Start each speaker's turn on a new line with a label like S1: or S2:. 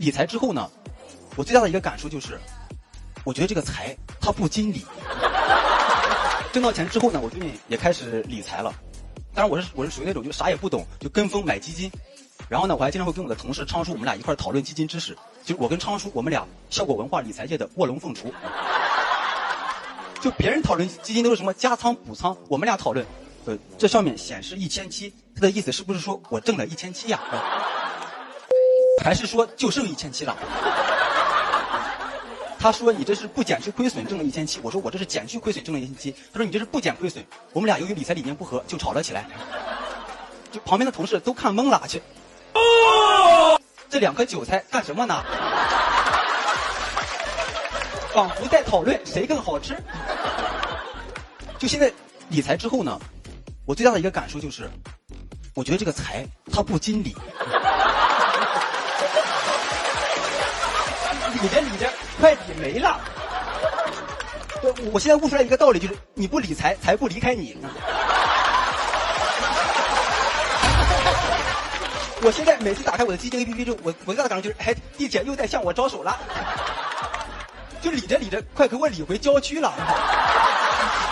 S1: 理财之后呢，我最大的一个感受就是，我觉得这个财它不经理。挣到钱之后呢，我最近也开始理财了。当然我是属于那种就啥也不懂就跟风买基金，然后呢我还经常会跟我的同事昌叔我们俩一块讨论基金知识，就是我跟昌叔我们俩效果文化理财界的卧龙凤雏。就别人讨论基金都是什么加仓补仓，我们俩讨论，这上面显示1700，它的意思是不是说我挣了1700呀？还是说就剩1700了？他说你这是不减去亏损挣了1700，我说我这是减去亏损挣了1700，他说你这是不减亏损。我们俩由于理财理念不合就吵了起来，就旁边的同事都看懵了，去，这两颗韭菜干什么呢？仿佛在讨论谁更好吃。就现在理财之后呢，我最大的一个感受就是，我觉得这个财它不经理。理着快理没了。我现在悟出来一个道理，就是你不理财，财不离开你。我现在每次打开我的基金 APP 之后，我最大的感受就是，哎，地铁又在向我招手了。就理着快给我理回郊区了。